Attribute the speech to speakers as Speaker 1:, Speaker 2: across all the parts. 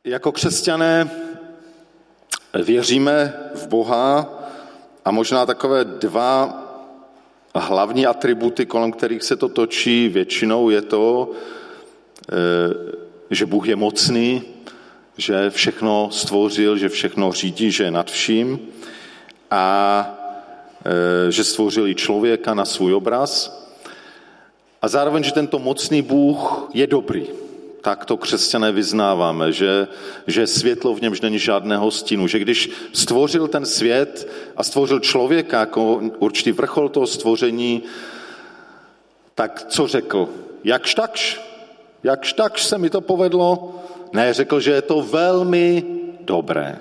Speaker 1: Jako křesťané věříme v Boha a možná takové dva hlavní atributy, kolem kterých se to točí, většinou je to, že Bůh je mocný, že všechno stvořil, že všechno řídí, že je nad vším a že stvořil i člověka na svůj obraz. A zároveň, že tento mocný Bůh je dobrý. Tak to křesťané vyznáváme, že světlo v němž není žádného stínu. Že když stvořil ten svět a stvořil člověka jako určitý vrchol toho stvoření, tak co řekl? Jakž takž se mi to povedlo? Ne, řekl, že je to velmi dobré.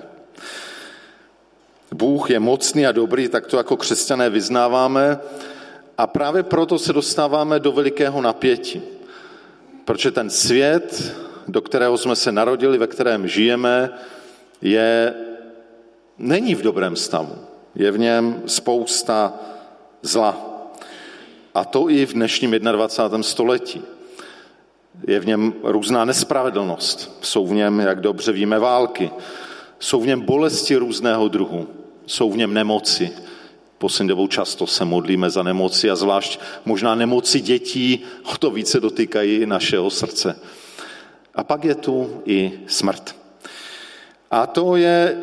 Speaker 1: Bůh je mocný a dobrý, tak to jako křesťané vyznáváme a právě proto se dostáváme do velikého napětí. Protože ten svět, do kterého jsme se narodili, ve kterém žijeme, není v dobrém stavu. Je v něm spousta zla. A to i v dnešním 21. století. Je v něm různá nespravedlnost. Jsou v něm, jak dobře víme, války. Jsou v něm bolesti různého druhu. Jsou v něm nemoci. Poslední dobou často se modlíme za nemoci a zvlášť možná nemoci dětí, o to více dotýkají i našeho srdce. A pak je tu i smrt. A to je,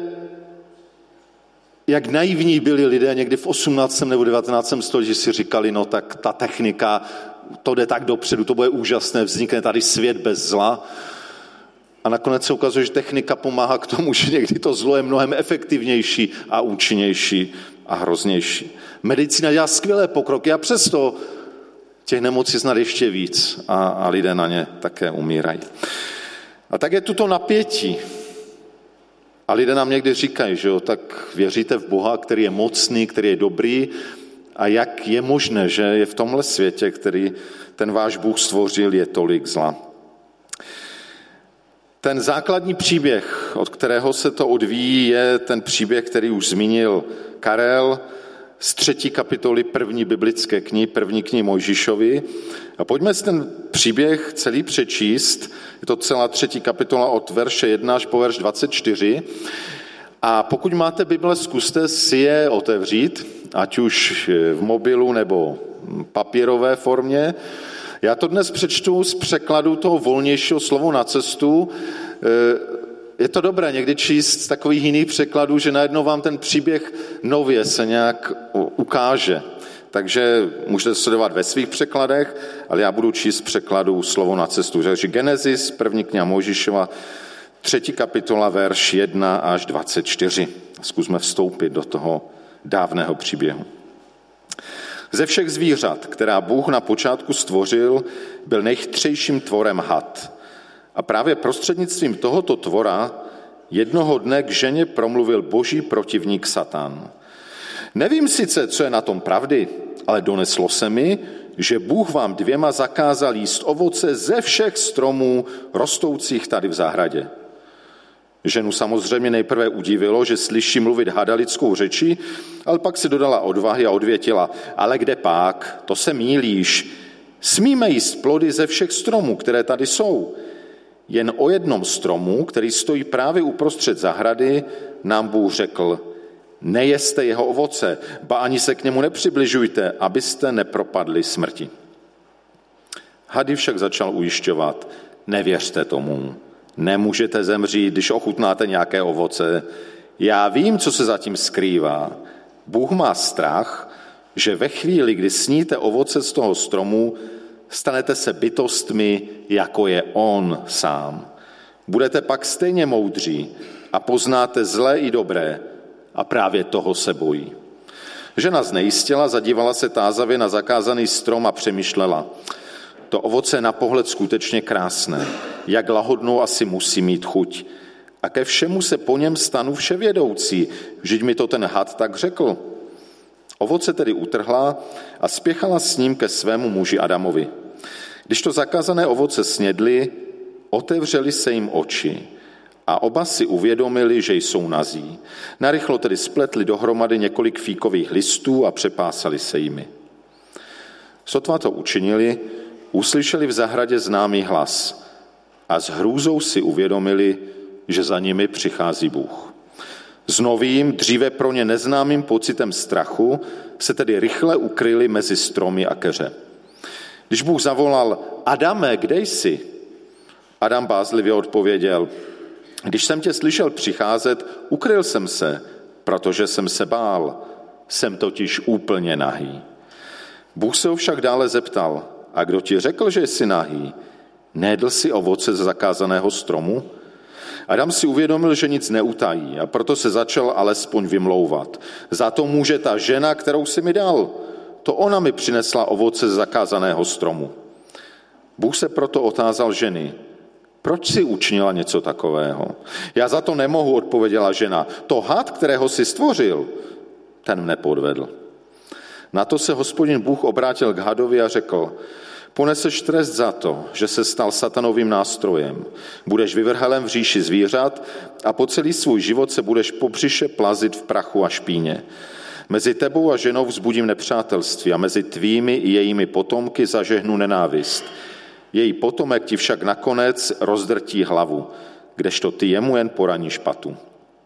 Speaker 1: jak naivní byli lidé někdy v 18. nebo 19. století, že si říkali, no tak ta technika, to jde tak dopředu, to bude úžasné, vznikne tady svět bez zla. A nakonec se ukazuje, že technika pomáhá k tomu, že někdy to zlo je mnohem efektivnější a účinnější a hroznější. Medicína dělá skvělé pokroky a přesto těch nemocí snad ještě víc a lidé na ně také umírají. A tak je tuto napětí. A lidé nám někdy říkají, že jo, tak věříte v Boha, který je mocný, který je dobrý a jak je možné, že je v tomhle světě, který ten váš Bůh stvořil, je tolik zla. Ten základní příběh, od kterého se to odvíjí, je ten příběh, který už zmínil Karel z 3. kapitoly 1. biblické knihy, 1. knihy Mojžíšovi. A pojďme si ten příběh celý přečíst. Je to celá 3. kapitola od verše 1 až po verš 24. A pokud máte Bible, zkuste si je otevřít, ať už v mobilu nebo papírové formě. Já to dnes přečtu z překladu toho volnějšího Slovo na cestu. Je to dobré někdy číst z takových jiných překladů, že najednou vám ten příběh nově se nějak ukáže. Takže můžete sledovat ve svých překladech, ale já budu číst z překladu Slovo na cestu. Takže Genesis, 1. kniha Mojžíšova, 3. kapitola, verš 1 až 24. Zkusme vstoupit do toho dávného příběhu. Ze všech zvířat, která Bůh na počátku stvořil, byl nejchytřejším tvorem had. A právě prostřednictvím tohoto tvora jednoho dne k ženě promluvil boží protivník Satan. Nevím sice, co je na tom pravdy, ale doneslo se mi, že Bůh vám dvěma zakázal jíst ovoce ze všech stromů rostoucích tady v zahradě. Ženu samozřejmě nejprve udivilo, že slyší mluvit hada lidskou řečí, ale pak si dodala odvahy a odvětila, ale kde pak, to se mýlíš, smíme jíst plody ze všech stromů, které tady jsou. Jen o jednom stromu, který stojí právě uprostřed zahrady, nám Bůh řekl, nejeste jeho ovoce, ba ani se k němu nepřibližujte, abyste nepropadli smrti. Hady však začal ujišťovat, nevěřte tomu. Nemůžete zemřít, když ochutnáte nějaké ovoce. Já vím, co se zatím skrývá. Bůh má strach, že ve chvíli, kdy sníte ovoce z toho stromu, stanete se bytostmi, jako je on sám. Budete pak stejně moudří a poznáte zlé i dobré a právě toho se bojí. Žena znejistila, zadívala se tázavě na zakázaný strom a přemýšlela. To ovoce je na pohled skutečně krásné. Jak lahodnou asi musí mít chuť. A ke všemu se po něm stanu vševědoucí. Vždyť mi to ten had tak řekl. Ovoce tedy utrhla a spěchala s ním ke svému muži Adamovi. Když to zakázané ovoce snědli, otevřeli se jim oči a oba si uvědomili, že jsou nazí. Narychlo tedy spletli dohromady několik fíkových listů a přepásali se jimi. Sotva to učinili, uslyšeli v zahradě známý hlas a s hrůzou si uvědomili, že za nimi přichází Bůh. S novým, dříve pro ně neznámým pocitem strachu se tedy rychle ukryli mezi stromy a keře. Když Bůh zavolal: Adame, kde jsi? Adam bázlivě odpověděl: Když jsem tě slyšel přicházet, ukryl jsem se, protože jsem se bál. Jsem totiž úplně nahý. Bůh se ho však dále zeptal: A kdo ti řekl, že jsi nahý? Nejedl jsi ovoce ze zakázaného stromu? Adam si uvědomil, že nic neutají, a proto se začal alespoň vymlouvat. Za to může ta žena, kterou jsi mi dal. To ona mi přinesla ovoce ze zakázaného stromu. Bůh se proto otázal ženy: Proč jsi učinila něco takového? Já za to nemohu, odpověděla žena. To had, kterého jsi stvořil, ten mne podvedl. Na to se Hospodin Bůh obrátil k hadovi a řekl: Poneseš trest za to, že se stal satanovým nástrojem. Budeš vyvrhelen v říši zvířat a po celý svůj život se budeš po břiše plazit v prachu a špíně. Mezi tebou a ženou vzbudím nepřátelství a mezi tvými i jejími potomky zažehnu nenávist. Její potomek ti však nakonec rozdrtí hlavu, kdežto ty jemu jen poraníš patu.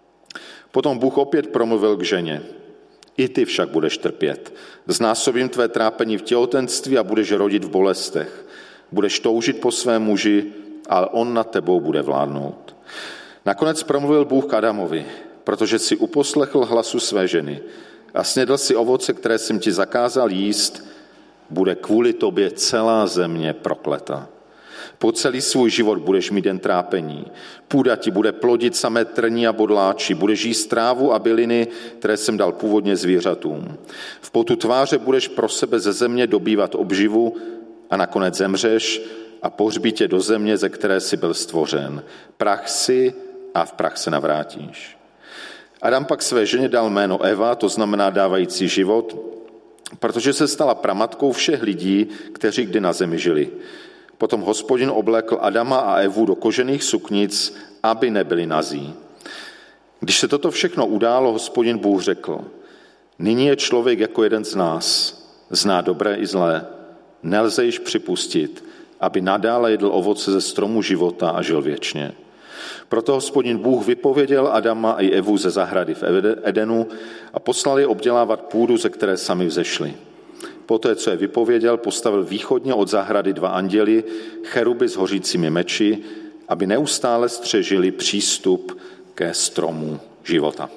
Speaker 1: Potom Bůh opět promluvil k ženě: I ty však budeš trpět. Znásobím tvé trápení v těhotenství a budeš rodit v bolestech. Budeš toužit po svém muži, ale on nad tebou bude vládnout. Nakonec promluvil Bůh k Adamovi: Protože si uposlechl hlasu své ženy a snědl si ovoce, které jsem ti zakázal jíst, bude kvůli tobě celá země prokleta. Po celý svůj život budeš mít jen trápení. Půda ti bude plodit samé trní a bodláči, budeš jíst trávu a byliny, které jsem dal původně zvířatům. V potu tváře budeš pro sebe ze země dobývat obživu a nakonec zemřeš a pohřbí tě do země, ze které jsi byl stvořen. Prach si a v prach se navrátíš. Adam pak své ženě dal jméno Eva, to znamená dávající život, protože se stala pramatkou všech lidí, kteří kdy na zemi žili. Potom Hospodin oblékl Adama a Evu do kožených suknic, aby nebyli nazí. Když se toto všechno událo, Hospodin Bůh řekl: Nyní je člověk jako jeden z nás, zná dobré i zlé. Nelze již připustit, aby nadále jedl ovoce ze stromu života a žil věčně. Proto Hospodin Bůh vypověděl Adama i Evu ze zahrady v Edenu a poslal je obdělávat půdu, ze které sami vzešli. Poté, co je vypověděl, postavil východně od zahrady 2 anděli, cheruby s hořícími meči, aby neustále střežili přístup ke stromu života.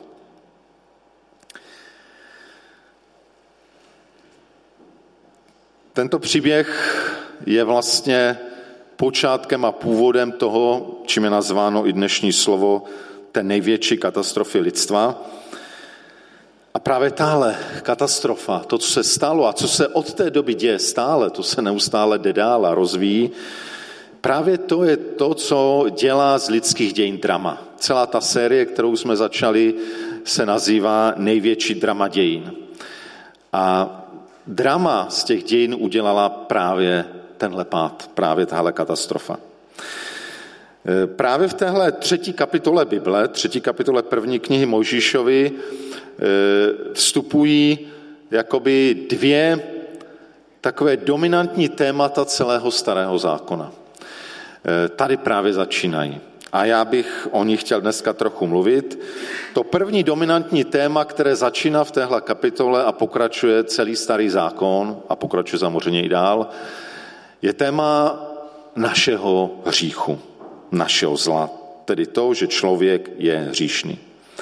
Speaker 1: Tento příběh je vlastně počátkem a původem toho, čím je nazváno i dnešní slovo, té největší katastrofy lidstva. A právě tahle katastrofa, to, co se stalo a co se od té doby děje stále, to se neustále jde dál a rozvíjí, právě to je to, co dělá z lidských dějin drama. Celá ta série, kterou jsme začali, se nazývá Největší drama dějin. A drama z těch dějin udělala právě tenhle pád, právě tahle katastrofa. Právě v téhle 3. kapitole Bible, 3. kapitole 1. knihy Mojžíšovi, vstupují jakoby 2 takové dominantní témata celého Starého zákona. Tady právě začínají. A já bych o nich chtěl dneska trochu mluvit. To první dominantní téma, které začíná v téhle kapitole a pokračuje celý Starý zákon a pokračuje samozřejmě i dál, je téma našeho hříchu, našeho zla. Tedy to, že člověk je hříšný.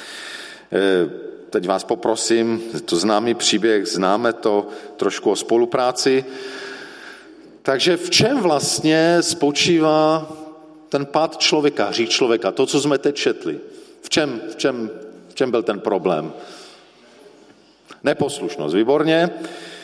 Speaker 1: Teď vás poprosím, to známý příběh, známe to trošku o spolupráci. Takže v čem vlastně spočívá ten pád člověka, hřích člověka, to, co jsme teď četli? V čem byl ten problém? Neposlušnost, výborně.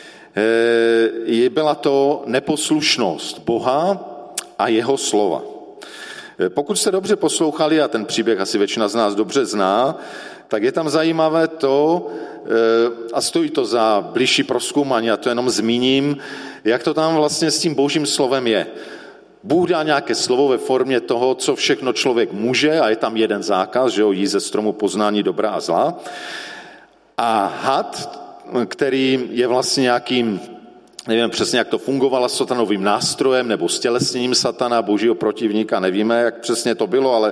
Speaker 1: Byla to neposlušnost Boha a jeho slova. Pokud jste dobře poslouchali, a ten příběh asi většina z nás dobře zná, tak je tam zajímavé to, a stojí to za bližší prozkoumání, a to jenom zmíním, jak to tam vlastně s tím božím slovem je. Bůh dá nějaké slovo ve formě toho, co všechno člověk může, a je tam jeden zákaz, že ho jí ze stromu poznání dobra a zla. A had, který je vlastně nějakým, nevím přesně, jak to fungovalo, satanovým nástrojem nebo stělesněním satana, božího protivníka, nevíme, jak přesně to bylo, ale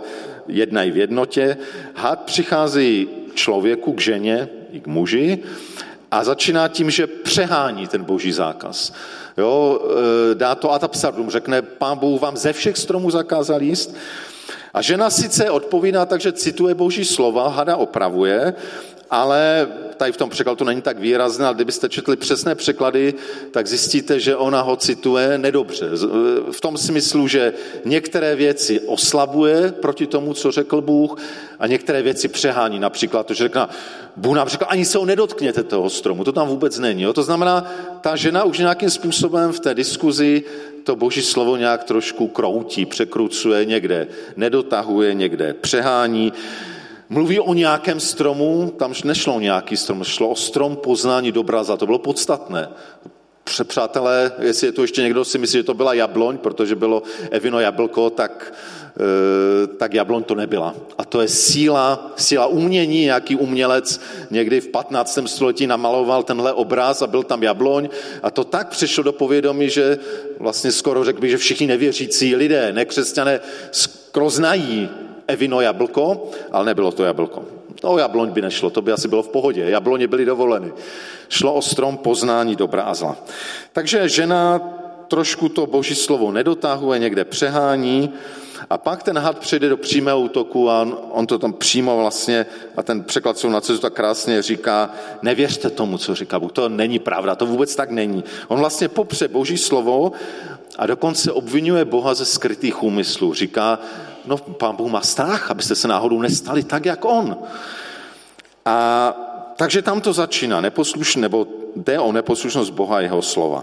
Speaker 1: jednají v jednotě. Had přichází k člověku, k ženě i k muži a začíná tím, že přehání ten boží zákaz. Jo, dá to ad absurdum, řekne, Pán Bůh vám ze všech stromů zakázal jíst. A žena sice odpovídá tak, že cituje boží slova, hada opravuje, ale tady v tom překladu to není tak výrazné, ale kdybyste četli přesné překlady, tak zjistíte, že ona ho cituje nedobře. V tom smyslu, že některé věci oslabuje proti tomu, co řekl Bůh, a některé věci přehání. Například to, že řekne, Bůh nám řekl, ani se ho nedotkněte toho stromu. To tam vůbec není. Jo? To znamená, ta žena už nějakým způsobem v té diskuzi to boží slovo nějak trošku kroutí, překrucuje, někde nedotahuje, někde přehání. Mluví o nějakém stromu, tam nešlo o nějaký strom, šlo o strom poznání dobra a zla, to bylo podstatné. Přátelé, jestli je to ještě někdo si myslí, že to byla jabloň, protože bylo Evino jablko, tak jabloň to nebyla. A to je síla umění, nějaký umělec někdy v 15. století namaloval tenhle obraz a byl tam jabloň a to tak přišlo do povědomí, že vlastně skoro řekl bych, že všichni nevěřící lidé, nekřesťané skoro znají Evino jablko, ale nebylo to jablko. O jabloň by nešlo, to by asi bylo v pohodě. Jabloně byly dovoleny. Šlo o strom poznání dobra a zla. Takže žena trošku to boží slovo nedotahuje, někde přehání a pak ten had přijde do přímého útoku a on to tam přímo vlastně, a ten překlad jsou na cestu tak krásně říká, nevěřte tomu, co říká Bůh, to není pravda, to vůbec tak není. On vlastně popře boží slovo a dokonce obvinuje Boha ze skrytých úmyslů. Říká, no Pán Bůh má strach, abyste se náhodou nestali tak, jak on. A takže tam to začíná, nebo jde o neposlušnost Boha a jeho slova.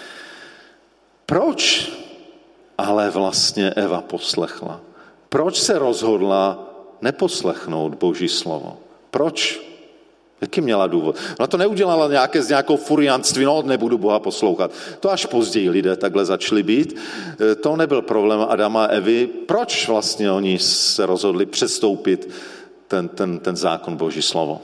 Speaker 1: Proč ale vlastně Eva poslechla? Proč se rozhodla neposlechnout boží slovo? Proč? Jaký měla důvod? Ona to neudělala s nějakou furiantství, no nebudu Boha poslouchat. To až později lidé takhle začali být. To nebyl problém Adama a Evy. Proč vlastně oni se rozhodli přestoupit ten zákon boží slovo?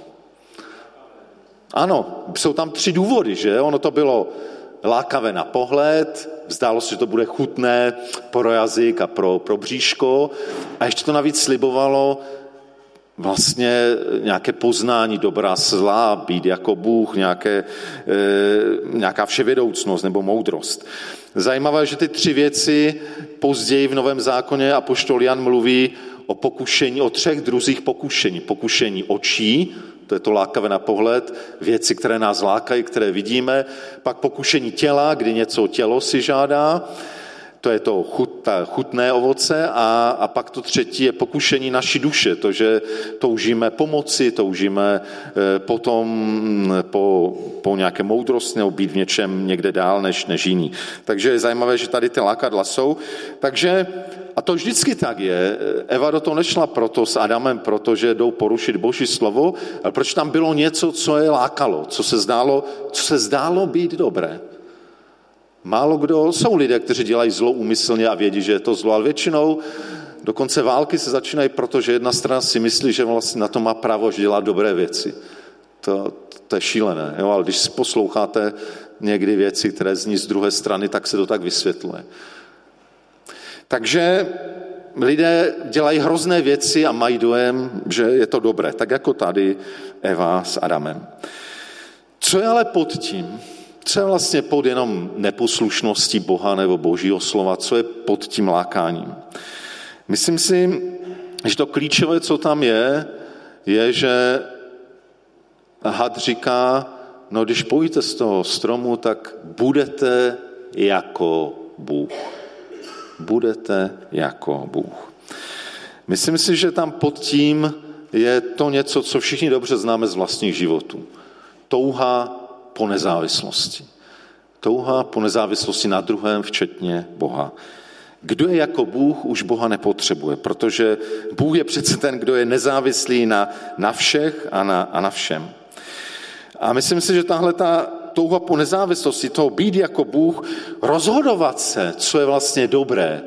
Speaker 1: Ano, jsou tam 3 důvody, že? Ono to bylo lákavé na pohled, zdálo se, že to bude chutné pro jazyk a pro bříško a ještě to navíc slibovalo vlastně nějaké poznání dobra, zla, být jako Bůh, nějaká vševědoucnost nebo moudrost. Zajímavé, že ty 3 věci později v Novém zákoně apoštol Jan mluví o pokušení, o 3 druzích pokušení. Pokušení očí, to je to lákavé na pohled, věci, které nás lákají, které vidíme, pak pokušení těla, kdy něco tělo si žádá, to je to chutné ovoce a pak to 3. je pokušení naší duše, to, že toužíme pomoci, toužíme potom po nějaké moudrosti nebo být v něčem někde dál než jiní. Takže je zajímavé, že tady ty lákadla jsou. Takže, a to vždycky tak je, Eva do toho nešla proto s Adamem, protože jdou porušit boží slovo, ale proč tam bylo něco, co je lákalo, co se zdálo být dobré. Málo kdo, jsou lidé, kteří dělají zlo úmyslně a vědí, že je to zlo, ale většinou dokonce války se začínají, protože jedna strana si myslí, že vlastně na to má právo, že dělá dobré věci. To je šílené, jo? Ale když posloucháte někdy věci, které zní z druhé strany, tak se to tak vysvětluje. Takže lidé dělají hrozné věci a mají dojem, že je to dobré, tak jako tady Eva s Adamem. Co je ale pod tím? Co je vlastně pod jenom neposlušností Boha nebo božího slova? Co je pod tím lákáním? Myslím si, že to klíčové, co tam je, že had říká, no když pojíte z toho stromu, tak budete jako Bůh. Budete jako Bůh. Myslím si, že tam pod tím je to něco, co všichni dobře známe z vlastních životů. Touha po nezávislosti. Touha po nezávislosti na druhém, včetně Boha. Kdo je jako Bůh, už Boha nepotřebuje, protože Bůh je přece ten, kdo je nezávislý na všech a na všem. A myslím si, že tahle ta touha po nezávislosti, toho být jako Bůh, rozhodovat se, co je vlastně dobré,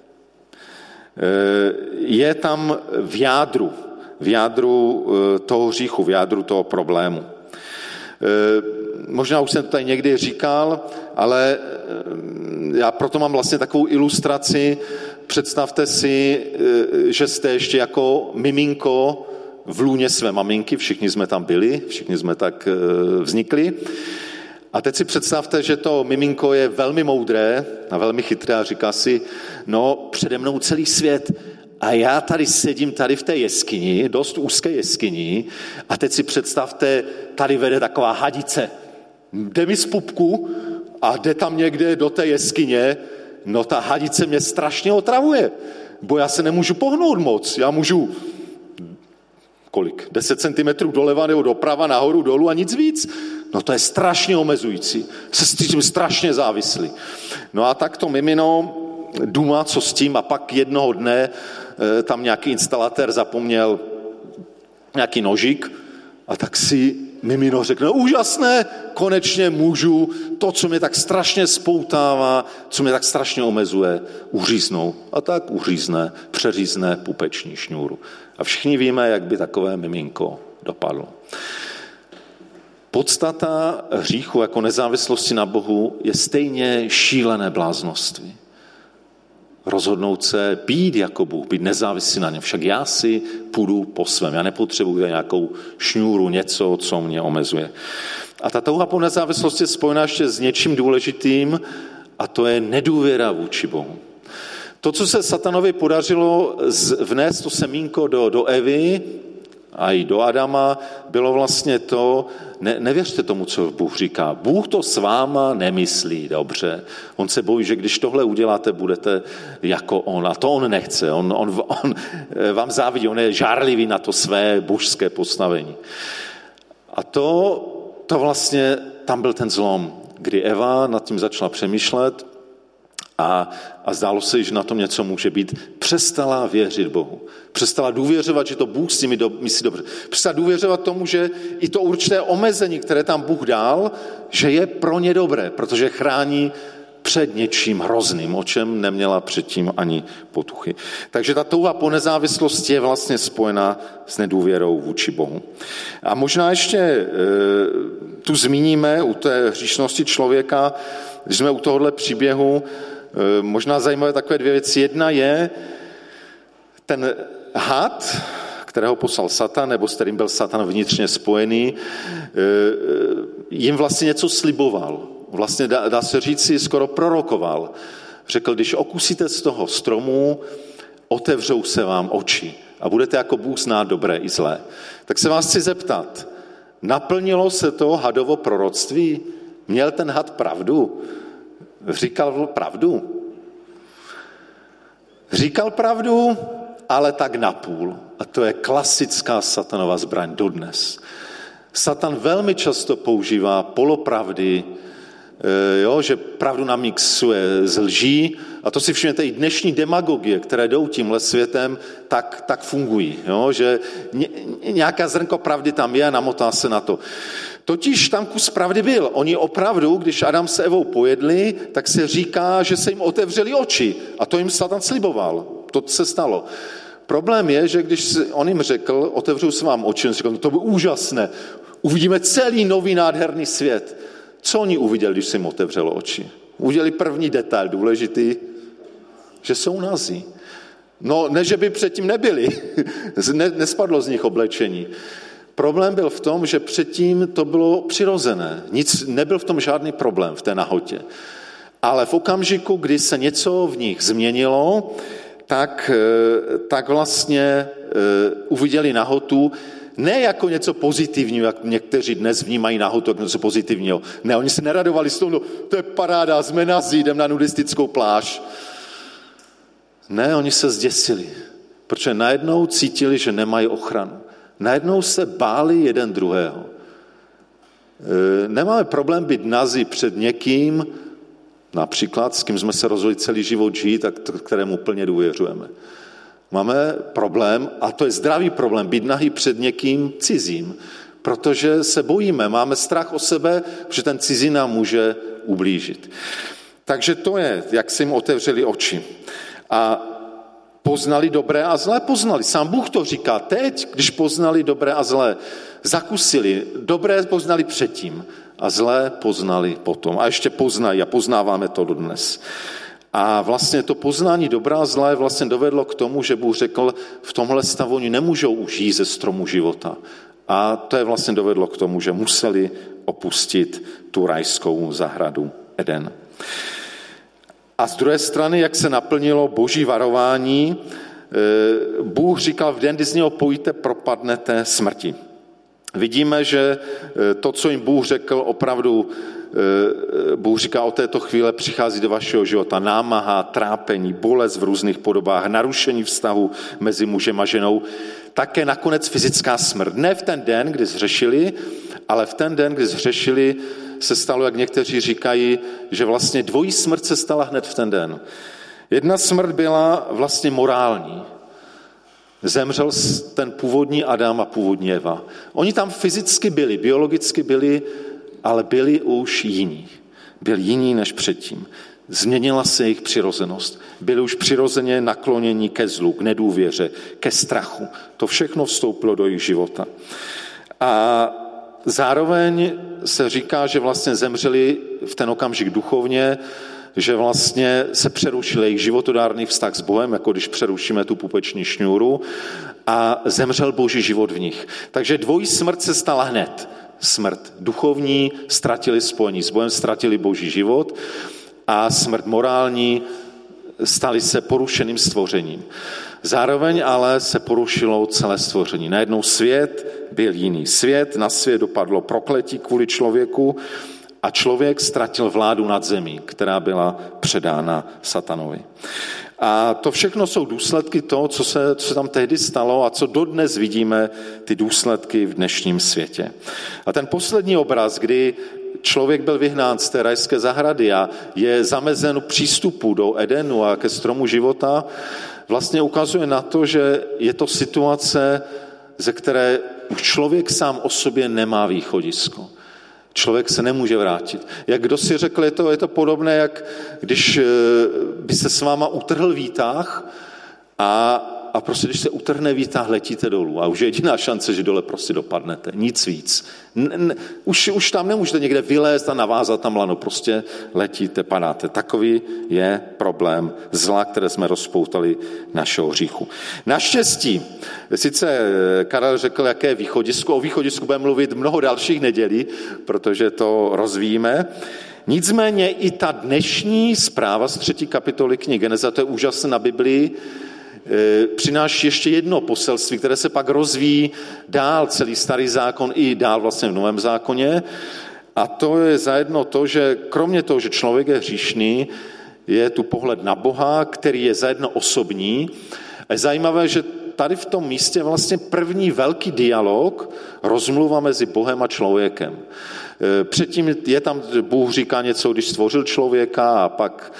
Speaker 1: je tam v jádru toho hříchu, v jádru toho problému. Možná už jsem to tady někdy říkal, ale já proto mám vlastně takovou ilustraci, Představte si, že jste ještě jako miminko v lůně své maminky, všichni jsme tam byli, všichni jsme tak vznikli. A teď si představte, že to miminko je velmi moudré a velmi chytré a říká si, no přede mnou celý svět a já tady sedím tady v té jeskyni, dost úzké jeskyni a teď si představte, tady vede taková hadice. Jde mi z pupku a jde tam někde do té jeskyně, no ta hadice mě strašně otravuje, bo já se nemůžu pohnout moc, já můžu 10 centimetrů doleva nebo doprava, nahoru, dolů a nic víc. No to je strašně omezující. Se s tím strašně závislí. No a tak to mimino dumá, co s tím a pak jednoho dne tam nějaký instalatér zapomněl nějaký nožík a tak si mimino řekne, no, úžasné, konečně můžu to, co mě tak strašně spoutává, co mě tak strašně omezuje, uříznout. A tak uřízne, přeřízne pupeční šňůru. A všichni víme, jak by takové miminko dopadlo. Podstata hříchu jako nezávislosti na Bohu je stejně šílené bláznoství. Rozhodnout se být jako Bůh, být nezávislý na něm. Však já si půjdu po svém. Já nepotřebuji nějakou šňůru, něco, co mě omezuje. A ta touha po nezávislosti je spojená ještě s něčím důležitým a to je nedůvěra vůči Bohu. To, co se satanovi podařilo vnést to semínko do Evy a i do Adama, bylo vlastně to, nevěřte tomu, co Bůh říká. Bůh to s váma nemyslí dobře. On se bojí, že když tohle uděláte, budete jako on. A to on nechce. On vám závidí, on je žárlivý na to své božské postavení. A to vlastně, tam byl ten zlom, kdy Eva nad tím začala přemýšlet a zdálo se, že na tom něco může být. Přestala věřit Bohu. Přestala důvěřovat, že to Bůh s nimi myslí dobře. Přestala důvěřovat tomu, že i to určité omezení, které tam Bůh dal, že je pro ně dobré, protože chrání před něčím hrozným, o čem neměla předtím ani potuchy. Takže ta touha po nezávislosti je vlastně spojena s nedůvěrou vůči Bohu. A možná ještě tu zmíníme u té hříšnosti člověka, když jsme u tohohle příběhu, možná zajímavé takové dvě věci. Jedna je ten had, kterého poslal Satan, nebo s kterým byl Satan vnitřně spojený, jim vlastně něco sliboval. Vlastně dá se říci, skoro prorokoval. Řekl, když okusíte z toho stromu, otevřou se vám oči a budete jako Bůh znát dobré i zlé. Tak se vás chci zeptat, naplnilo se to hadovo proroctví? Měl ten had pravdu? Říkal pravdu? Říkal pravdu, ale tak napůl. A to je klasická satanova zbraň dodnes. Satan velmi často používá polopravdy, že pravdu namixuje z lží. A to si všimněte, i dnešní demagogie, které jdou tímhle světem, tak fungují. Že nějaká zrnko pravdy tam je a namotá se na to. Totiž tam kus pravdy byl. Oni opravdu, když Adam s Evou pojedli, tak se říká, že se jim otevřeli oči. A to jim Satan sliboval. To se stalo. Problém je, že když on jim řekl, otevřou se vám oči, on řekl, no to bylo úžasné. Uvidíme celý nový nádherný svět. Co oni uviděli, když se jim otevřelo oči? Uviděli první detail důležitý, že jsou nazí. No, ne, že by předtím nebyli. Nespadlo z nich oblečení. Problém byl v tom, že předtím to bylo přirozené. Nebyl v tom žádný problém v té nahotě. Ale v okamžiku, kdy se něco v nich změnilo, tak vlastně uviděli nahotu ne jako něco pozitivního, jak někteří dnes vnímají nahotu jako něco pozitivního. Ne, oni se neradovali z toho, no, to je paráda, jsme nazí, jdem na nudistickou pláž. Ne, oni se zděsili, protože najednou cítili, že nemají ochranu. Najednou se báli jeden druhého. Nemáme problém být nazí před někým, například, s kým jsme se rozhodli celý život žít a kterému plně důvěřujeme. Máme problém, a to je zdravý problém, být nahý před někým cizím, protože se bojíme, máme strach o sebe, že ten cizí nám může ublížit. Takže to je, jak se jim otevřeli oči. A poznali dobré a zlé, poznali. Sám Bůh to říká teď, když poznali dobré a zlé. Zakusili, dobré poznali předtím a zlé poznali potom. A ještě poznají a poznáváme to dodnes. A vlastně to poznání dobrá a zla vlastně dovedlo k tomu, že Bůh řekl, v tomhle stavu oni nemůžou už jíst ze stromu života. A to je vlastně dovedlo k tomu, že museli opustit tu rajskou zahradu Eden. A z druhé strany, jak se naplnilo boží varování, Bůh říkal, v den, kdy z něho pojíte, propadnete smrti. Vidíme, že to, co jim Bůh řekl, opravdu Bůh říká, od této chvíle přichází do vašeho života námaha, trápení, bolest v různých podobách, narušení vztahu mezi mužem a ženou, také nakonec fyzická smrt. Ne v ten den, kdy zhřešili, ale v ten den, kdy zhřešili, se stalo, jak někteří říkají, že vlastně dvojí smrt se stala hned v ten den. Jedna smrt byla vlastně morální. Zemřel ten původní Adam a původní Eva. Oni tam fyzicky byli, biologicky byli, ale byli už jiní. Byli jiní než předtím. Změnila se jejich přirozenost. Byli už přirozeně nakloněni ke zlu, k nedůvěře, ke strachu. To všechno vstoupilo do jejich života. A zároveň se říká, že vlastně zemřeli v ten okamžik duchovně, že vlastně se přerušil jejich životodárný vztah s Bohem, jako když přerušíme tu pupeční šňůru, a zemřel boží život v nich. Takže dvojí smrt se stala hned. Smrt duchovní, ztratili spojení s Bohem, ztratili boží život, a smrt morální, stali se porušeným stvořením. Zároveň ale se porušilo celé stvoření. Najednou svět byl jiný. Na svět dopadlo prokletí kvůli člověku a člověk ztratil vládu nad zemí, která byla předána satanovi. A to všechno jsou důsledky toho, co se tam tehdy stalo a co dodnes vidíme, ty důsledky v dnešním světě. A ten poslední obraz, kdy člověk byl vyhnán z té rajské zahrady a je zamezen přístupu do Edenu a ke stromu života, vlastně ukazuje na to, že je to situace, ze které už člověk sám o sobě nemá východisko. Člověk se nemůže vrátit. Jak kdo si řekl, je to podobné, jak když by se s váma utrhl výtah a prostě když se utrhne výtah, letíte dolů a už je jediná šance, že dole prostě dopadnete. Nic víc. Už tam nemůžete někde vylézt a navázat tam lano, prostě letíte, padáte. Takový je problém zla, které jsme rozpoutali našeho hříchu. Naštěstí, sice Karel řekl, jaké je východisko, o východisku budeme mluvit mnoho dalších nedělí, protože to rozvíjíme. Nicméně i ta dnešní zpráva z 3. kapitoly knihy Geneza, to je úžasné na Biblii, přináší ještě jedno poselství, které se pak rozvíjí dál celý starý zákon i dál vlastně v novém zákoně. A to je zajedno to, že kromě toho, že člověk je hříšný, je tu pohled na Boha, který je zajedno osobní. A je zajímavé, že tady v tom místě vlastně první velký dialog, rozmluva mezi Bohem a člověkem. Předtím je tam, Bůh říká něco, když stvořil člověka a pak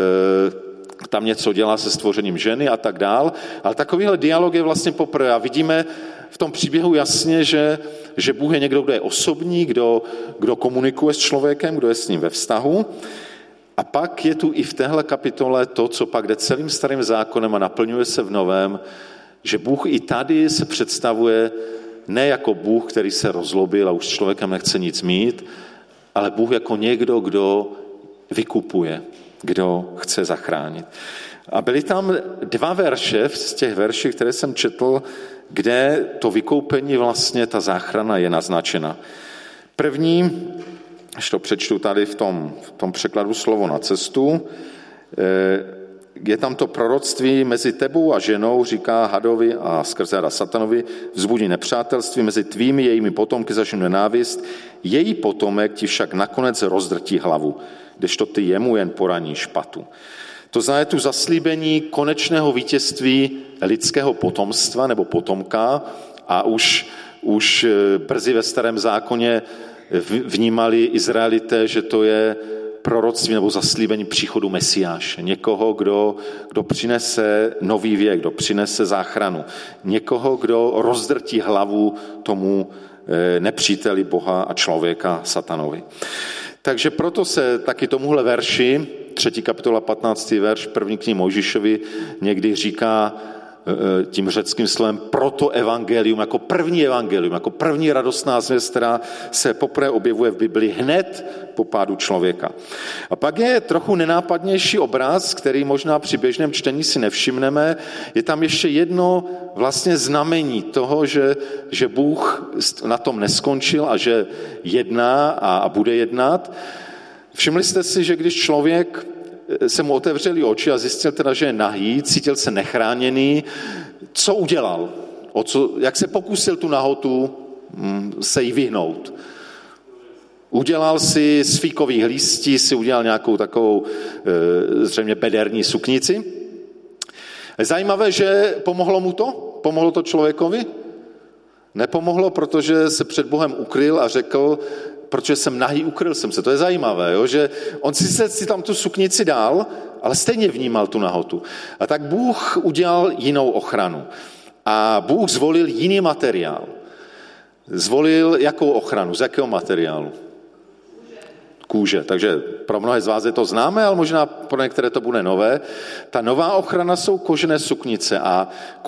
Speaker 1: tam něco dělá se stvořením ženy a tak dál. Ale takovýhle dialog je vlastně poprvé. A vidíme v tom příběhu jasně, že Bůh je někdo, kdo je osobní, kdo komunikuje s člověkem, kdo je s ním ve vztahu. A pak je tu i v téhle kapitole to, co pak jde celým starým zákonem a naplňuje se v novém, že Bůh i tady se představuje ne jako Bůh, který se rozlobil a už s člověkem nechce nic mít, ale Bůh jako někdo, kdo vykupuje, kdo chce zachránit. A byly tam 2 verše z těch verší, které jsem četl, kde to vykoupení vlastně, ta záchrana je naznačena. První, až to přečtu tady v tom překladu Slovo na cestu, je tam to proroctví mezi tebou a ženou, říká hadovi a skrze hada satanovi, vzbudí nepřátelství mezi tvými, jejími potomky začnou nenávist, její potomek ti však nakonec rozdrtí hlavu, kdežto ty jemu jen poraní špatu. To znamená tu zaslíbení konečného vítězství lidského potomstva nebo potomka a už brzy ve starém zákoně vnímali Izraelité, že to je proroctví nebo zaslíbení příchodu Mesiáše. Někoho, kdo přinese nový věk, kdo přinese záchranu. Někoho, kdo rozdrtí hlavu tomu nepříteli Boha a člověka satanovi. Takže proto se taky tomuhle verši, 3. kapitola 15. verš, 1. knihy Mojžíšovi, někdy říká tím řeckým slovem protoevangelium, jako první radostná zvěst, která se poprvé objevuje v Biblii hned po pádu člověka. A pak je trochu nenápadnější obraz, který možná při běžném čtení si nevšimneme. Je tam ještě jedno vlastně znamení toho, že Bůh na tom neskončil a že jedná a bude jednat. Všimli jste si, že když člověk se mu otevřeli oči a zjistil teda, že je nahý, cítil se nechráněný, co udělal? Jak se pokusil tu nahotu se jí vyhnout? Udělal si z fíkových listí, si udělal nějakou takovou zřejmě bederní suknici. Je zajímavé, že pomohlo to člověkovi? Nepomohlo, protože se před Bohem ukryl a řekl, protože jsem nahý, ukryl jsem se. To je zajímavé, jo? Že on si tam tu suknici dal, ale stejně vnímal tu nahotu. A tak Bůh udělal jinou ochranu. A Bůh zvolil jiný materiál. Zvolil jakou ochranu? Z jakého materiálu? Kůže. Takže pro mnohé z vás je to známé, ale možná pro některé to bude nové. Ta nová ochrana jsou kožené suknice a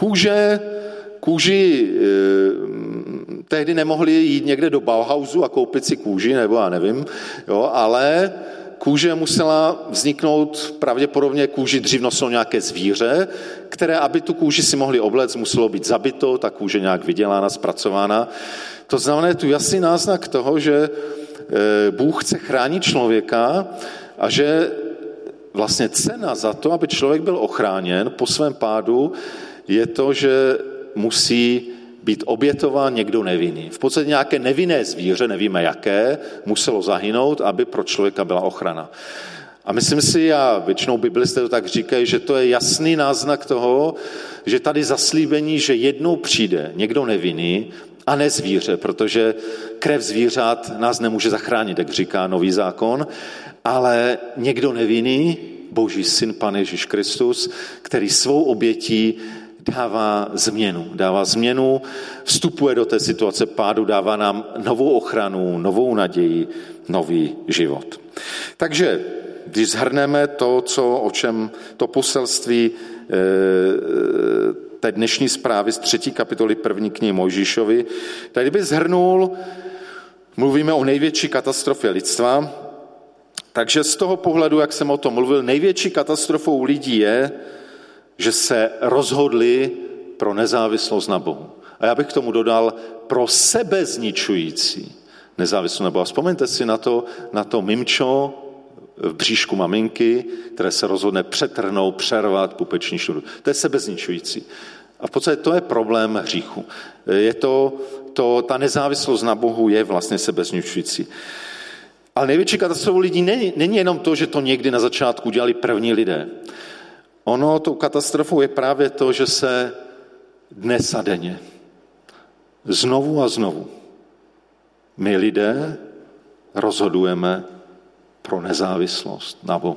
Speaker 1: kůži tehdy nemohli jít někde do Bauhausu a koupit si kůži, nebo já nevím, jo, ale kůže musela vzniknout pravděpodobně kůži dřív nosilo nějaké zvíře, které, aby tu kůži si mohli obléct, muselo být zabito, ta kůže nějak vydělána, zpracována. To znamená, je tu jasný náznak toho, že Bůh chce chránit člověka a že vlastně cena za to, aby člověk byl ochráněn po svém pádu, je to, že musí být obětován někdo nevinný. V podstatě nějaké nevinné zvíře, nevíme jaké, muselo zahynout, aby pro člověka byla ochrana. A myslím si, a většinou biblisté to tak říkají, že to je jasný náznak toho, že tady zaslíbení, že jednou přijde někdo nevinný a ne zvíře, protože krev zvířat nás nemůže zachránit, jak říká Nový zákon, ale někdo nevinný, Boží syn, Pan Ježíš Kristus, který svou obětí dává změnu, vstupuje do té situace pádu, dává nám novou ochranu, novou naději, nový život. Takže, když shrneme o čem to poselství té dnešní zprávy z 3. kapitoly 1. knihy Mojžíšovi, tady by shrnul, mluvíme o největší katastrofě lidstva, takže z toho pohledu, jak jsem o tom mluvil, největší katastrofou lidí je, že se rozhodli pro nezávislost na Bohu. A já bych k tomu dodal pro sebezničující nezávislost na Bohu. Vzpomeňte si na to mimčo v bříšku maminky, které se rozhodne přetrhnout, přervat pupeční šňůru. To je sebezničující. A v podstatě to je problém hříchu. Ta nezávislost na Bohu je vlastně sebezničující. Ale největší katastrofou lidí není jenom to, že to někdy na začátku dělali první lidé. Tou katastrofou je právě to, že se dnes a denně, znovu a znovu, my lidé rozhodujeme pro nezávislost na Bohu.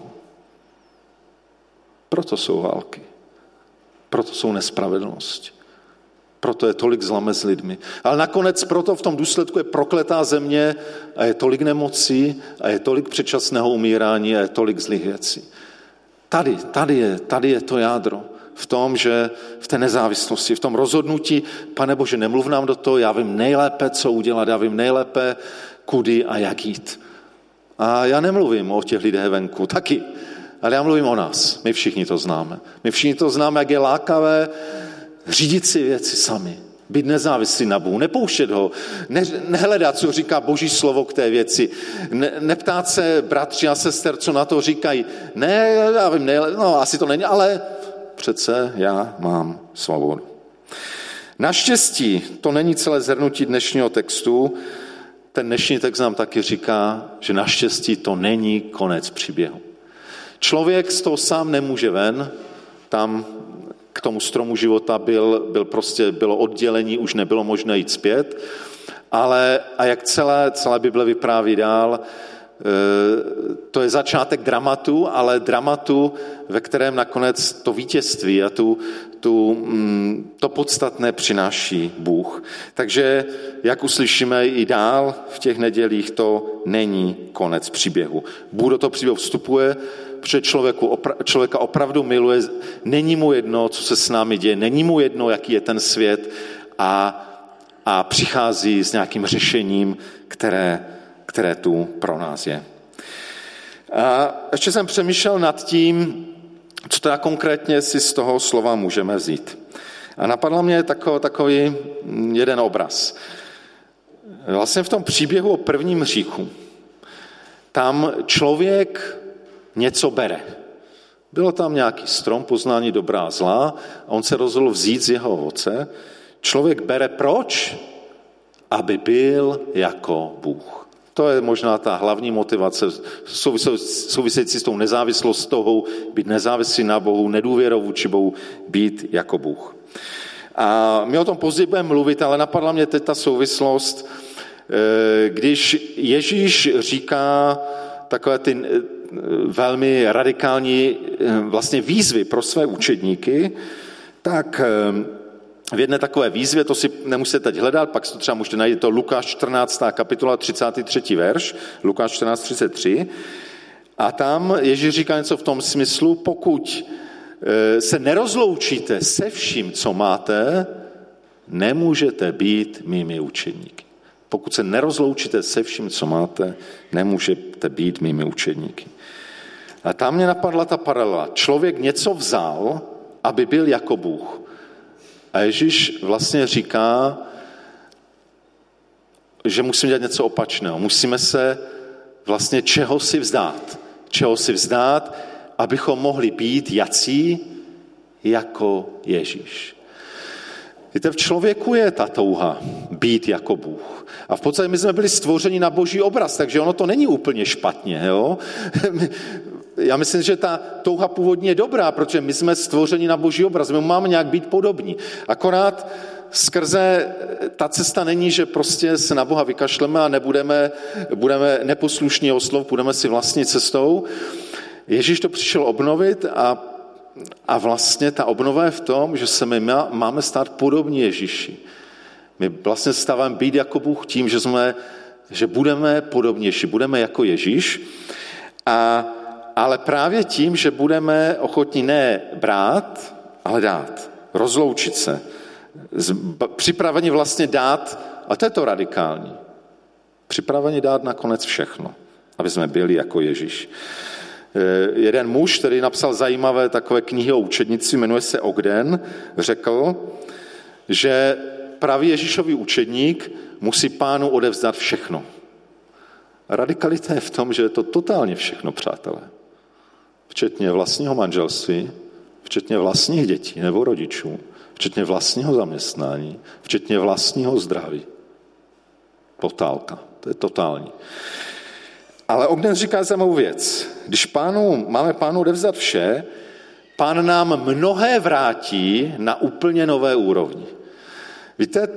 Speaker 1: Proto jsou války, proto jsou nespravedlnosti, proto je tolik zla mezi lidmi. Ale nakonec proto v tom důsledku je prokletá země a je tolik nemocí a je tolik předčasného umírání a je tolik zlých věcí. Tady je to jádro v tom, že v té nezávislosti, v tom rozhodnutí, Pane Bože, nemluv nám do toho, já vím nejlépe, co udělat, já vím nejlépe, kudy a jak jít. A já nemluvím o těch lidech venku, taky, ale já mluvím o nás. My všichni to známe. My všichni to známe, jak je lákavé řídit si věci sami, být nezávislý na Bohu, nepouštět ho, nehledat, co říká Boží slovo k té věci, neptát se bratři a sester, co na to říkají. Ne, já vím, asi to není, ale přece já mám svobodu. Naštěstí to není celé shrnutí dnešního textu. Ten dnešní text nám taky říká, že naštěstí to není konec příběhu. Člověk z toho sám nemůže ven, tam k tomu stromu života bylo oddělení, už nebylo možné jít zpět, ale a jak celá Bible vypráví dál, to je začátek dramatu, ale dramatu, ve kterém nakonec to vítězství a to podstatné přináší Bůh. Takže, jak uslyšíme i dál v těch nedělích, to není konec příběhu. Bůh do toho příběhu vstupuje, protože člověka opravdu miluje, není mu jedno, co se s námi děje, není mu jedno, jaký je ten svět a přichází s nějakým řešením, které tu pro nás je. A ještě jsem přemýšlel nad tím, co teda konkrétně si z toho slova můžeme vzít. A napadl mě takový jeden obraz. Vlastně v tom příběhu o prvním hříchu, tam člověk něco bere. Bylo tam nějaký strom poznání dobrá a zla a on se rozhodl vzít z jeho ovoce. Člověk bere proč? Aby byl jako Bůh. To je možná ta hlavní motivace související s tou nezávislostou, být nezávislý na Bohu, nedůvěrou vůči Bohu, být jako Bůh. A my o tom později budeme mluvit, ale napadla mě teď ta souvislost, když Ježíš říká takové ty velmi radikální vlastně výzvy pro své učedníky, tak v jedné takové výzvě, to si nemusíte teď hledat, pak si to třeba můžete najít, to Lukáš 14. kapitola 33. verš, Lukáš 14. 33. A tam Ježíš říká něco v tom smyslu, pokud se nerozloučíte se vším, co máte, nemůžete být mými učedníky. Pokud se nerozloučíte se vším, co máte, nemůžete být mými učedníky. A tam mě napadla ta paralela. Člověk něco vzal, aby byl jako Bůh. A Ježíš vlastně říká, že musíme dělat něco opačného. Musíme se vlastně čeho si vzdát, abychom mohli být jací jako Ježíš. Víte, v člověku je ta touha být jako Bůh. A v podstatě my jsme byli stvořeni na Boží obraz, takže ono to není úplně špatně. Jo? Já myslím, že ta touha původně je dobrá, protože my jsme stvořeni na Boží obraz, my máme nějak být podobní. Akorát skrze ta cesta není, že prostě se na Boha vykašleme a budeme neposlušní oslov, půjdeme si vlastní cestou. Ježíš to přišel obnovit a vlastně ta obnova je v tom, že se my máme stát podobní Ježíši. My vlastně stáváme být jako Bůh tím, že budeme podobnější, budeme jako Ježíš, ale právě tím, že budeme ochotní ne brát, ale dát, rozloučit se, připraveni vlastně dát, a to je to radikální, připraveni dát nakonec všechno, aby jsme byli jako Ježíš. Jeden muž, který napsal zajímavé takové knihy o učednictví, jmenuje se Ogden, řekl, že pravý Ježíšový učedník musí Pánu odevzdat všechno. Radikalita je v tom, že je to totálně všechno, přátelé. Včetně vlastního manželství, včetně vlastních dětí nebo rodičů, včetně vlastního zaměstnání, včetně vlastního zdraví. Totálka, to je totální. Ale Ogden říká zajímavou věc. Když máme Pánu odevzdat vše, Pán nám mnohé vrátí na úplně nové úrovni. Víte,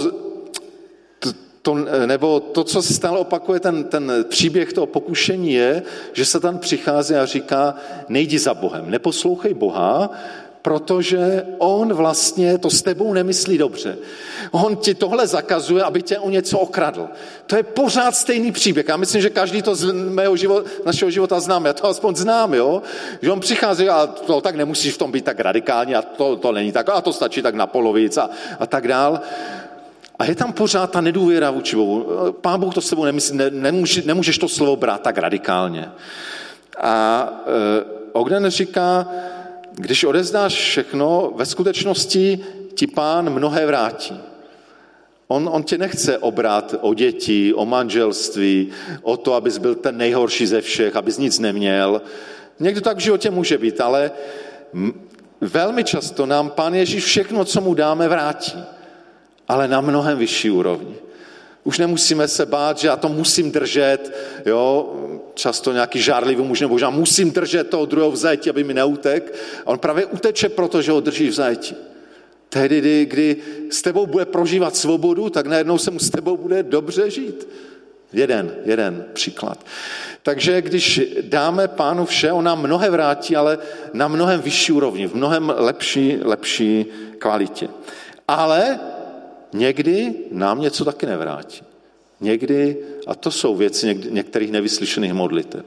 Speaker 1: to, co se stále opakuje, ten příběh toho pokušení je, že Satan přichází a říká, nejdi za Bohem, neposlouchej Boha, protože on vlastně to s tebou nemyslí dobře. On ti tohle zakazuje, aby tě o něco okradl. To je pořád stejný příběh. Já myslím, že každý to z našeho života známe. Já to aspoň znám, jo? Že on přichází a to tak nemusíš v tom být tak radikální a to není tak, a to stačí tak na polovic a tak dál. A je tam pořád ta nedůvěra vůči Bohu. Pán Bůh to s tebou nemyslí, nemůžeš to slovo brát tak radikálně. A Ogden říká, když odevzdáš všechno, ve skutečnosti ti Pán mnohé vrátí. On tě nechce obrat o děti, o manželství, o to, abys byl ten nejhorší ze všech, abys nic neměl. Někdo tak v životě může být, ale velmi často nám Pán Ježíš všechno, co mu dáme, vrátí. Ale na mnohem vyšší úrovni. Už nemusíme se bát, že já to musím držet, jo, často nějaký žárlivý muž nebo já musím držet toho druhého v zajetí, aby mi neutek. A on právě uteče, protože ho drží v zajetí. Tehdy, kdy s tebou bude prožívat svobodu, tak najednou se mu s tebou bude dobře žít. Jeden příklad. Takže když dáme Pánu vše, on nám mnohé vrátí, ale na mnohem vyšší úrovni, v mnohem lepší kvalitě. Ale někdy nám něco taky nevrátí. Někdy, a to jsou věci některých nevyslyšených modlitev,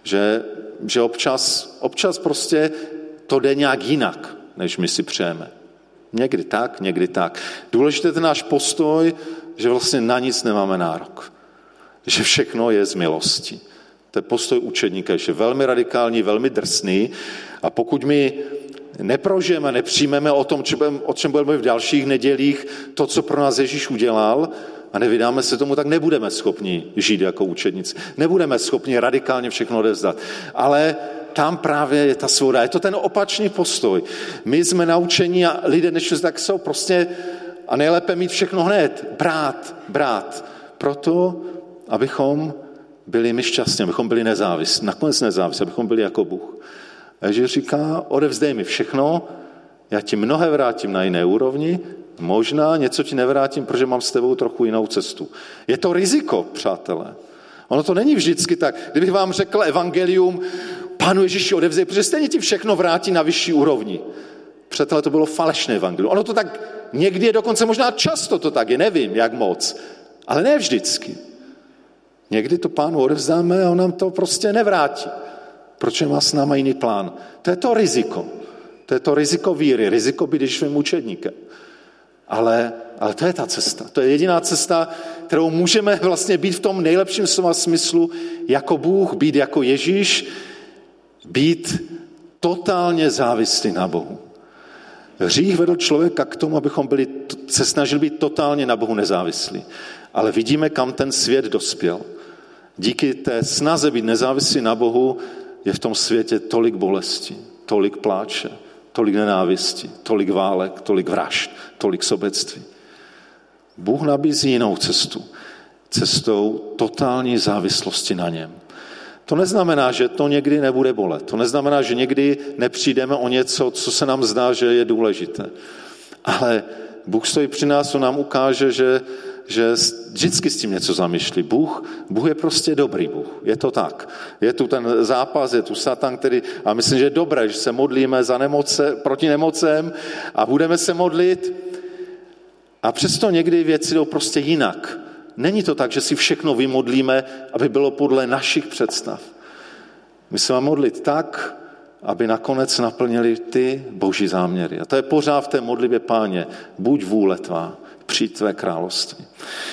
Speaker 1: že občas prostě to jde nějak jinak, než my si přejeme. Někdy tak, někdy tak. Důležité je ten náš postoj, že vlastně na nic nemáme nárok. Že všechno je z milosti. To je postoj učedníka, že je velmi radikální, velmi drsný a pokud my neprožijeme, nepřijmeme o čem budeme v dalších nedělích, to, co pro nás Ježíš udělal a nevydáme se tomu, tak nebudeme schopni žít jako učedníci. Nebudeme schopni radikálně všechno odevzdat. Ale tam právě je ta svoboda. Je to ten opačný postoj. My jsme naučení a lidé dnešní tak jsou prostě a nejlépe mít všechno hned. Brát. Proto, abychom byli my šťastní, abychom byli nezávislí. Nakonec nezávislí, abychom byli jako Bůh. A Ježíš říká, odevzdej mi všechno, já ti mnohé vrátím na jiné úrovni, možná něco ti nevrátím, protože mám s tebou trochu jinou cestu. Je to riziko, přátelé. Ono to není vždycky tak. Kdybych vám řekl evangelium, Pánu Ježíši odevzdej, protože stejně ti všechno vrátí na vyšší úrovni. Přátelé, to bylo falešné evangelium. Ono to tak někdy je dokonce možná často to tak je, nevím, jak moc, ale ne vždycky. Někdy to Pánu odevzdáme a on nám to prostě nevrátí. Proč má s náma jiný plán? To je to riziko. To je to riziko víry, riziko být Ježíšovým učedníkem. Ale to je ta cesta. To je jediná cesta, kterou můžeme vlastně být v tom nejlepším slova smyslu jako Bůh, být jako Ježíš, být totálně závislí na Bohu. Hřích vedl člověka k tomu, abychom se snažili být totálně na Bohu nezávislí. Ale vidíme, kam ten svět dospěl. Díky té snaze být nezávislí na Bohu je v tom světě tolik bolesti, tolik pláče, tolik nenávisti, tolik válek, tolik vražd, tolik sobectví. Bůh nabízí jinou cestu. Cestou totální závislosti na něm. To neznamená, že to někdy nebude bolet. To neznamená, že někdy nepřijdeme o něco, co se nám zdá, že je důležité. Ale Bůh stojí při nás, on nám ukáže, že vždycky s tím něco zamýšlí. Bůh je prostě dobrý Bůh. Je to tak. Je tu ten zápas, je tu Satan, a myslím, že je dobré, že se modlíme proti nemocem a budeme se modlit. A přesto někdy věci jdou prostě jinak. Není to tak, že si všechno vymodlíme, aby bylo podle našich představ. My se máme modlit tak, aby nakonec naplnili ty boží záměry. A to je pořád v té modlitbě, Páně, buď vůle tvá, přijď tvé království.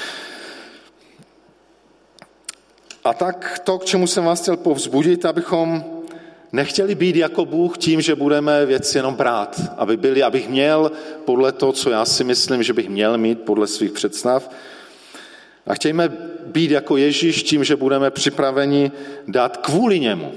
Speaker 1: A tak to, k čemu jsem vás chtěl povzbudit, abychom nechtěli být jako Bůh tím, že budeme věci jenom brát, abych měl podle toho, co já si myslím, že bych měl mít podle svých představ. A chtějme být jako Ježíš tím, že budeme připraveni dát kvůli němu.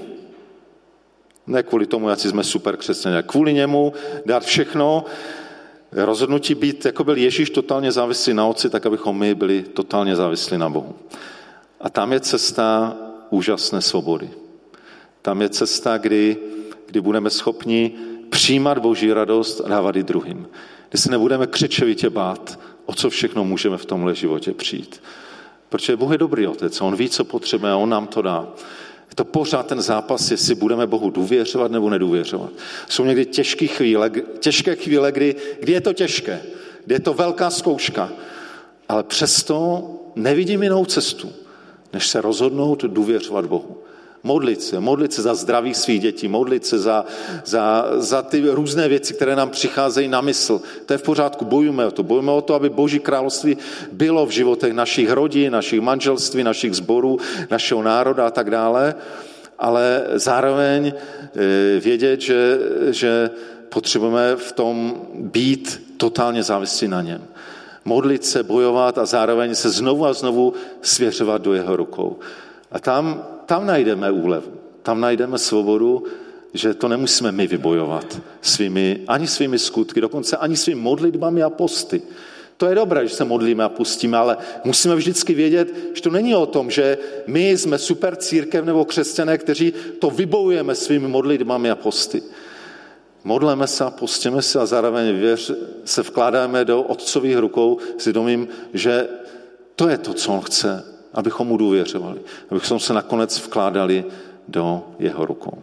Speaker 1: Ne kvůli tomu, jak jsme super křesťané, kvůli němu dát všechno, rozhodnutí být, jako byl Ježíš, totálně závislý na Otci, tak abychom my byli totálně závislí na Bohu. A tam je cesta úžasné svobody. Tam je cesta, kdy budeme schopni přijímat boží radost a dávat ji druhým. Kdy se nebudeme křičevitě bát, o co všechno můžeme v tomhle životě přijít. Protože Bůh je dobrý otec, on ví, co potřebuje a on nám to dá. Je to pořád ten zápas, jestli budeme Bohu důvěřovat nebo nedůvěřovat. Jsou někdy těžké chvíle, kdy je to těžké, kdy je to velká zkouška, ale přesto nevidím jinou cestu, než se rozhodnout důvěřovat Bohu. Modlit se za zdraví svých dětí, modlit se za ty různé věci, které nám přicházejí na mysl. To je v pořádku, bojujeme o to, aby Boží království bylo v životech našich rodin, našich manželství, našich sborů, našeho národa a tak dále, ale zároveň vědět, že potřebujeme v tom být totálně závislí na něm. Modlit se, bojovat a zároveň se znovu a znovu svěřovat do jeho rukou. A tam najdeme úlevu, tam najdeme svobodu, že to nemusíme my vybojovat ani svými skutky, dokonce ani svými modlitbami a posty. To je dobré, že se modlíme a pustíme, ale musíme vždycky vědět, že to není o tom, že my jsme super církev nebo křesťané, kteří to vybojujeme svými modlitbami a posty. Modleme se a postíme se a zároveň se vkládáme do otcových rukou s vědomím, že to je to, co on chce, abychom mu důvěřovali, abychom se nakonec vkládali do jeho rukou.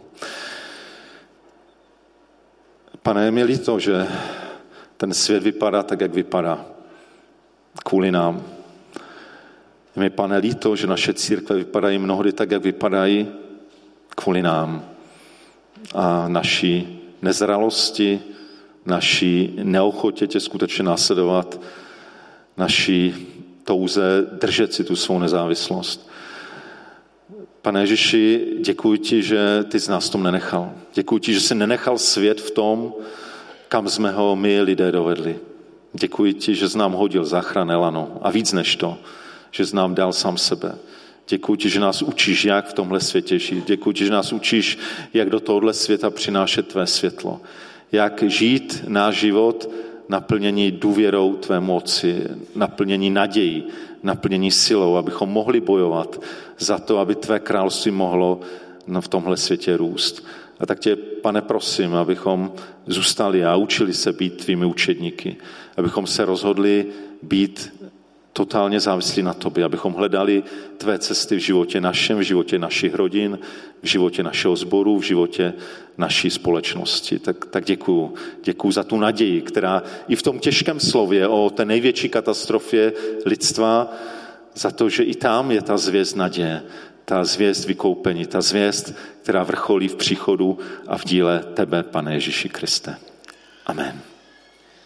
Speaker 1: Pane, je mi líto, že ten svět vypadá tak, jak vypadá. Kvůli nám. Je mi, Pane, líto, že naše církve vypadají mnohdy tak, jak vypadají kvůli nám a naší nezralosti, naší neochotě tě skutečně následovat, naší touze držet si tu svou nezávislost. Pane Ježíši, děkuji ti, že ty z nás tom nenechal. Děkuji ti, že jsi nenechal svět v tom, kam jsme ho my lidé dovedli. Děkuji ti, že jsi nám hodil záchranné lano a víc než to, že jsi nám dal sám sebe. Děkuji ti, že nás učíš, jak v tomhle světě žít. Děkuji ti, že nás učíš, jak do tohohle světa přinášet tvé světlo. Jak žít náš život naplnění důvěrou tvé moci, naplnění nadějí, naplnění silou, abychom mohli bojovat za to, aby tvé království mohlo v tomhle světě růst. A tak tě, Pane, prosím, abychom zůstali a učili se být tvými učedníky, abychom se rozhodli být totálně závislí na tobě, abychom hledali tvé cesty v životě našem, v životě našich rodin, v životě našeho sboru, v životě naší společnosti. Tak děkuju. Děkuju za tu naději, která i v tom těžkém slově o té největší katastrofě lidstva, za to, že i tam je ta zvěst naděje, ta zvěst vykoupení, ta zvěst, která vrcholí v příchodu a v díle tebe, Pane Ježíši Kriste. Amen.